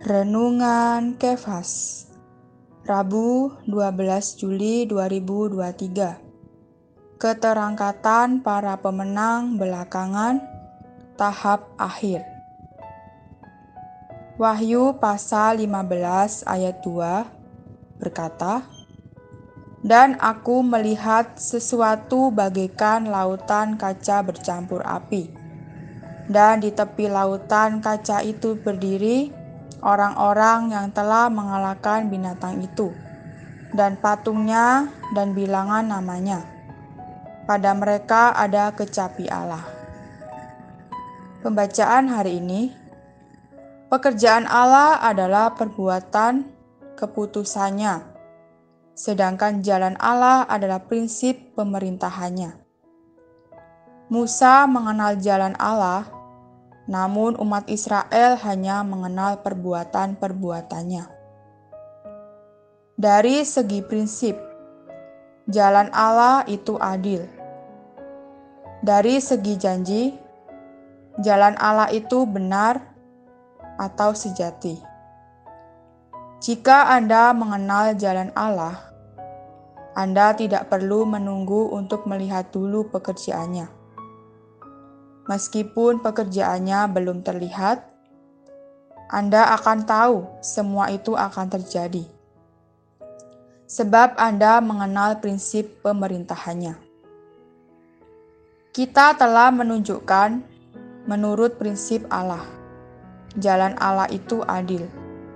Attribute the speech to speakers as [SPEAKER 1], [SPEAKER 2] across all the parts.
[SPEAKER 1] Renungan Kefas, Rabu 12 Juli 2023. Keterangkatan para pemenang belakangan, tahap akhir. Wahyu pasal 15 ayat 2 berkata, "Dan aku melihat sesuatu bagaikan lautan kaca bercampur api, dan di tepi lautan kaca itu berdiri orang-orang yang telah mengalahkan binatang itu, dan patungnya dan bilangan namanya. Pada mereka ada kecapi Allah." Pembacaan hari ini, pekerjaan Allah adalah perbuatan keputusannya, sedangkan jalan Allah adalah prinsip pemerintahannya. Musa mengenal jalan Allah, namun umat Israel hanya mengenal perbuatan-perbuatannya. Dari segi prinsip, jalan Allah itu adil. Dari segi janji, jalan Allah itu benar atau sejati. Jika Anda mengenal jalan Allah, Anda tidak perlu menunggu untuk melihat dulu pekerjaannya. Meskipun pekerjaannya belum terlihat, Anda akan tahu semua itu akan terjadi. Sebab Anda mengenal prinsip pemerintahannya. Kita telah menunjukkan menurut prinsip Allah, jalan Allah itu adil.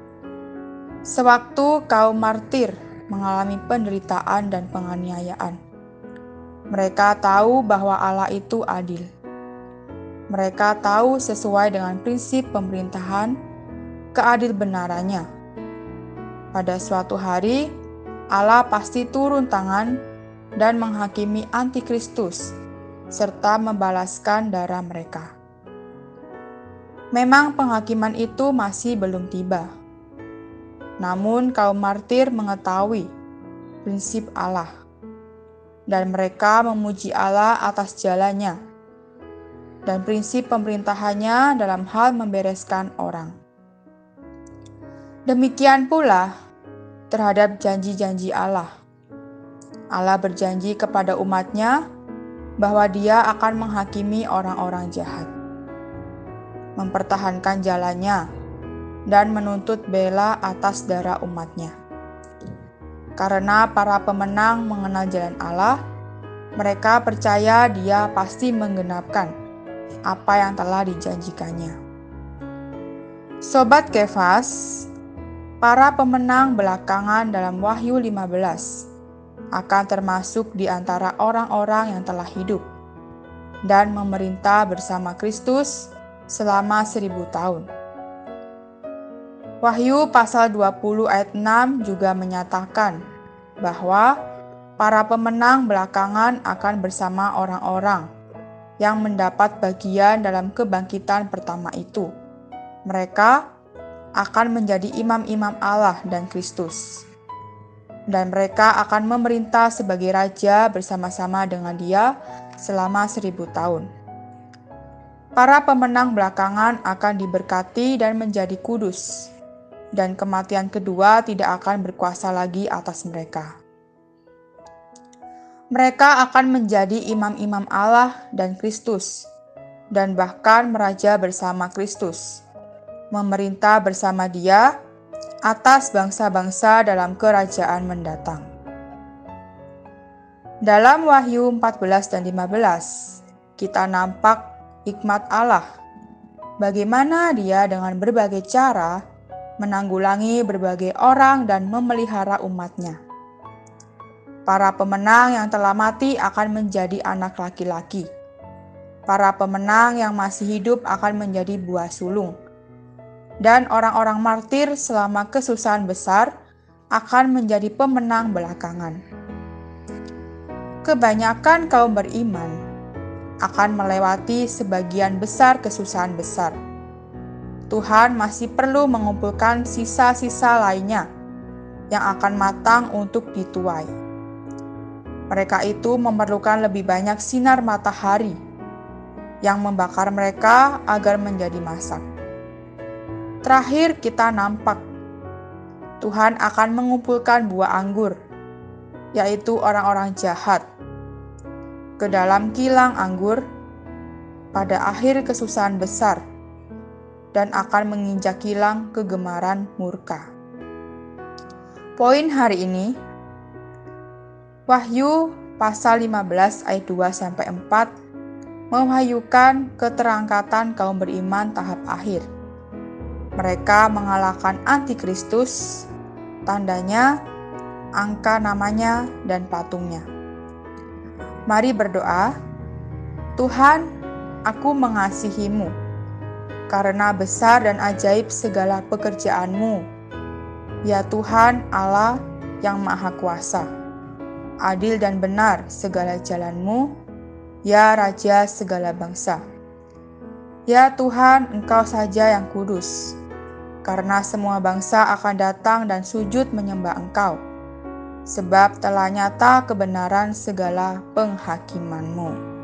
[SPEAKER 1] Sewaktu kaum martir mengalami penderitaan dan penganiayaan, mereka tahu bahwa Allah itu adil. Mereka tahu sesuai dengan prinsip pemerintahan keadilbenarannya. Pada suatu hari, Allah pasti turun tangan dan menghakimi antikristus, serta membalaskan darah mereka. Memang penghakiman itu masih belum tiba. Namun kaum martir mengetahui prinsip Allah, dan mereka memuji Allah atas jalannya dan prinsip pemerintahannya dalam hal membereskan orang. Demikian pula terhadap janji-janji Allah. Allah berjanji kepada umatnya bahwa Dia akan menghakimi orang-orang jahat, mempertahankan jalannya, dan menuntut bela atas darah umatnya. Karena para pemenang mengenal jalan Allah, mereka percaya Dia pasti menggenapkan apa yang telah dijanjikannya. Sobat Kefas, para pemenang belakangan dalam Wahyu 15 akan termasuk di antara orang-orang yang telah hidup dan memerintah bersama Kristus selama 1000 tahun. Wahyu pasal 20 ayat 6 juga menyatakan bahwa para pemenang belakangan akan bersama orang-orang yang mendapat bagian dalam kebangkitan pertama itu. Mereka akan menjadi imam-imam Allah dan Kristus. Dan mereka akan memerintah sebagai raja bersama-sama dengan Dia selama 1000 tahun. Para pemenang belakangan akan diberkati dan menjadi kudus, dan kematian kedua tidak akan berkuasa lagi atas mereka. Mereka akan menjadi imam-imam Allah dan Kristus, dan bahkan meraja bersama Kristus, memerintah bersama Dia atas bangsa-bangsa dalam kerajaan mendatang. Dalam Wahyu 14 dan 15, kita nampak hikmat Allah, bagaimana Dia dengan berbagai cara menanggulangi berbagai orang dan memelihara umat-Nya. Para pemenang yang telah mati akan menjadi anak laki-laki. Para pemenang yang masih hidup akan menjadi buah sulung. Dan orang-orang martir selama kesusahan besar akan menjadi pemenang belakangan. Kebanyakan kaum beriman akan melewati sebagian besar kesusahan besar. Tuhan masih perlu mengumpulkan sisa-sisa lainnya yang akan matang untuk dituai. Mereka itu memerlukan lebih banyak sinar matahari yang membakar mereka agar menjadi masak. Terakhir kita nampak Tuhan akan mengumpulkan buah anggur, yaitu orang-orang jahat, ke dalam kilang anggur pada akhir kesusahan besar, dan akan menginjak kilang kegemaran murka. Poin hari ini, Wahyu pasal 15 ayat 2-4 mewahyukan keterangkatan kaum beriman tahap akhir. Mereka mengalahkan antikristus, tandanya, angka namanya, dan patungnya. Mari berdoa. Tuhan, aku mengasihi-Mu, karena besar dan ajaib segala pekerjaan-Mu. Ya Tuhan Allah yang Maha Kuasa, adil dan benar segala jalan-Mu, ya Raja segala bangsa. Ya Tuhan, Engkau saja yang kudus, karena semua bangsa akan datang dan sujud menyembah Engkau, sebab telah nyata kebenaran segala penghakiman-Mu.